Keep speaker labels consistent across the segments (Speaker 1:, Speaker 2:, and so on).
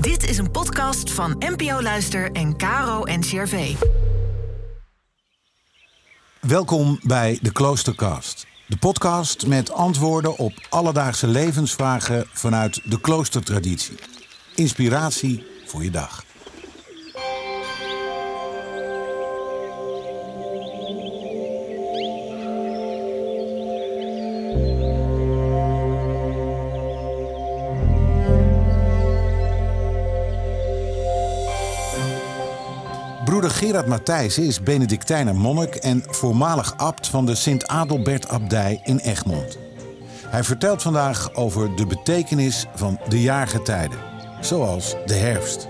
Speaker 1: Dit is een podcast van NPO Luister en KRO NCRV.
Speaker 2: Welkom bij de Kloostercast. De podcast met antwoorden op alledaagse levensvragen vanuit de kloostertraditie. Inspiratie voor je dag. Broeder Gerard Matthijssen is Benedictijner monnik en voormalig abt van de Sint-Adelbert-abdij in Egmond. Hij vertelt vandaag over de betekenis van de jaargetijden, zoals de herfst.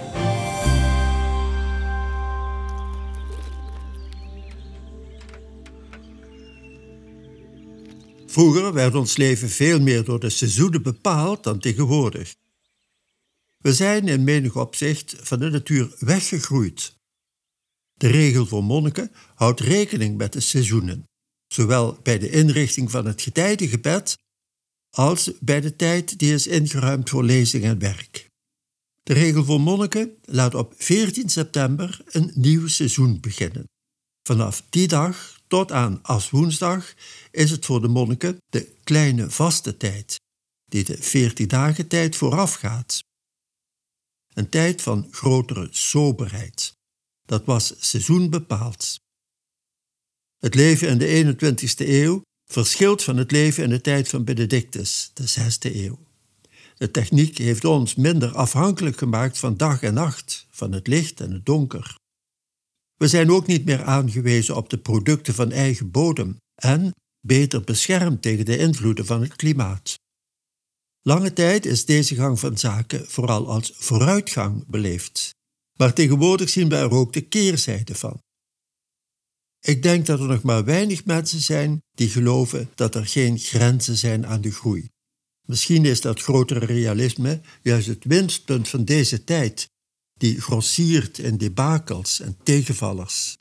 Speaker 3: Vroeger werd ons leven veel meer door de seizoenen bepaald dan tegenwoordig. We zijn in menig opzicht van de natuur weggegroeid. De regel voor monniken houdt rekening met de seizoenen, zowel bij de inrichting van het getijdengebed als bij de tijd die is ingeruimd voor lezing en werk. De regel voor monniken laat op 14 september een nieuw seizoen beginnen. Vanaf die dag tot aan Aswoensdag is het voor de monniken de kleine vaste tijd, die de 14 dagen tijd voorafgaat. Een tijd van grotere soberheid. Dat was seizoenbepaald. Het leven in de 21ste eeuw verschilt van het leven in de tijd van Benedictus, de 6e eeuw. De techniek heeft ons minder afhankelijk gemaakt van dag en nacht, van het licht en het donker. We zijn ook niet meer aangewezen op de producten van eigen bodem en beter beschermd tegen de invloeden van het klimaat. Lange tijd is deze gang van zaken vooral als vooruitgang beleefd. Maar tegenwoordig zien we er ook de keerzijde van. Ik denk dat er nog maar weinig mensen zijn die geloven dat er geen grenzen zijn aan de groei. Misschien is dat grotere realisme juist het winstpunt van deze tijd, die grossiert in debakels en tegenvallers.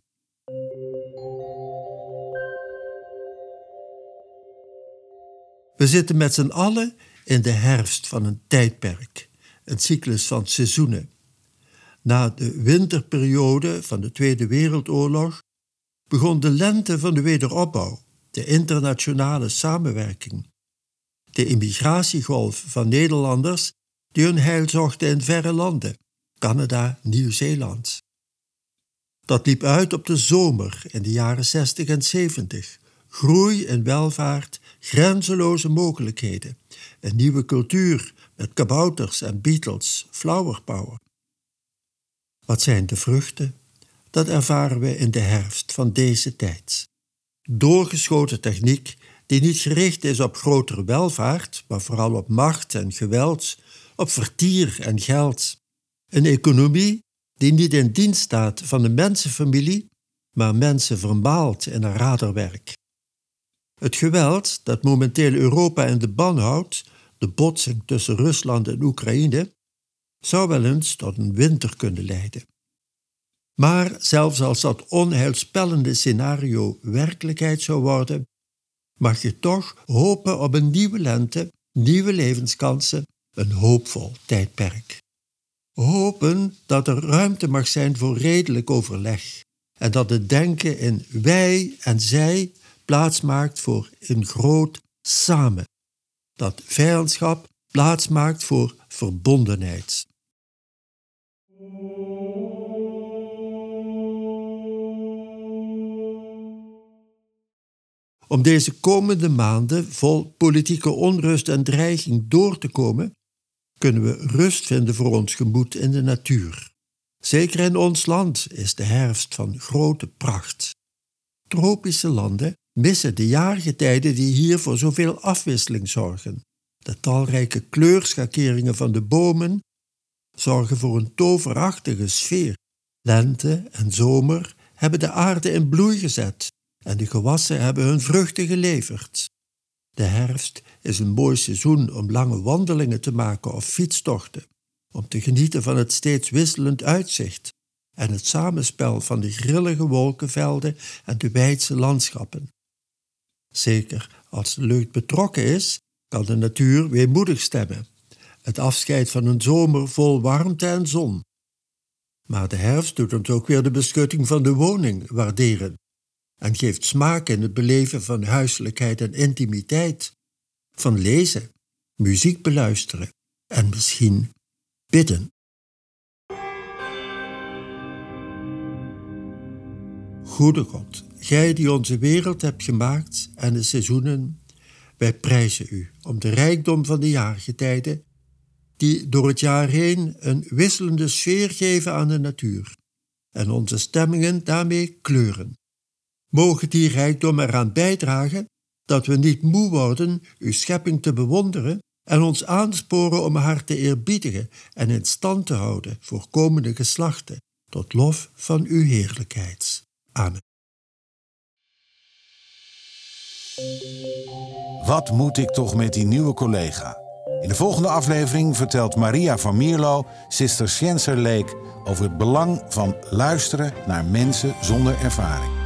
Speaker 3: We zitten met z'n allen in de herfst van een tijdperk, een cyclus van seizoenen. Na de winterperiode van de Tweede Wereldoorlog begon de lente van de wederopbouw, de internationale samenwerking, de immigratiegolf van Nederlanders die hun heil zochten in verre landen, Canada, Nieuw-Zeeland. Dat liep uit op de zomer in de jaren 60 en 70. Groei en welvaart, grenzeloze mogelijkheden, een nieuwe cultuur met kabouters en Beatles, flower power. Wat zijn de vruchten? Dat ervaren we in de herfst van deze tijd. Doorgeschoten techniek die niet gericht is op grotere welvaart, maar vooral op macht en geweld, op vertier en geld. Een economie die niet in dienst staat van de mensenfamilie, maar mensen vermaalt in een raderwerk. Het geweld dat momenteel Europa in de ban houdt, de botsing tussen Rusland en Oekraïne, zou wel eens tot een winter kunnen leiden. Maar zelfs als dat onheilspellende scenario werkelijkheid zou worden, mag je toch hopen op een nieuwe lente, nieuwe levenskansen, een hoopvol tijdperk. Hopen dat er ruimte mag zijn voor redelijk overleg en dat het denken in wij en zij plaats maakt voor een groot samen. Dat vijandschap plaats maakt voor verbondenheid. Om deze komende maanden vol politieke onrust en dreiging door te komen, kunnen we rust vinden voor ons gemoed in de natuur. Zeker in ons land is de herfst van grote pracht. Tropische landen missen de jaargetijden die hier voor zoveel afwisseling zorgen. De talrijke kleurschakeringen van de bomen zorgen voor een toverachtige sfeer. Lente en zomer hebben de aarde in bloei gezet en de gewassen hebben hun vruchten geleverd. De herfst is een mooi seizoen om lange wandelingen te maken of fietstochten, om te genieten van het steeds wisselend uitzicht en het samenspel van de grillige wolkenvelden en de weidse landschappen. Zeker als de lucht betrokken is, kan de natuur weemoedig stemmen Het afscheid van een zomer vol warmte en zon. Maar de herfst doet ons ook weer de beschutting van de woning waarderen en geeft smaak in het beleven van huiselijkheid en intimiteit, van lezen, muziek beluisteren en misschien bidden. Goede God, Gij die onze wereld hebt gemaakt en de seizoenen, wij prijzen U om de rijkdom van de jaargetijden, die door het jaar heen een wisselende sfeer geven aan de natuur en onze stemmingen daarmee kleuren. Mogen die rijkdom eraan bijdragen dat we niet moe worden uw schepping te bewonderen en ons aansporen om haar te eerbiedigen en in stand te houden voor komende geslachten, tot lof van uw heerlijkheid. Amen.
Speaker 2: Wat moet ik toch met die nieuwe collega? In de volgende aflevering vertelt Maria van Mierlo, Sister Sjenser Leek, over het belang van luisteren naar mensen zonder ervaring.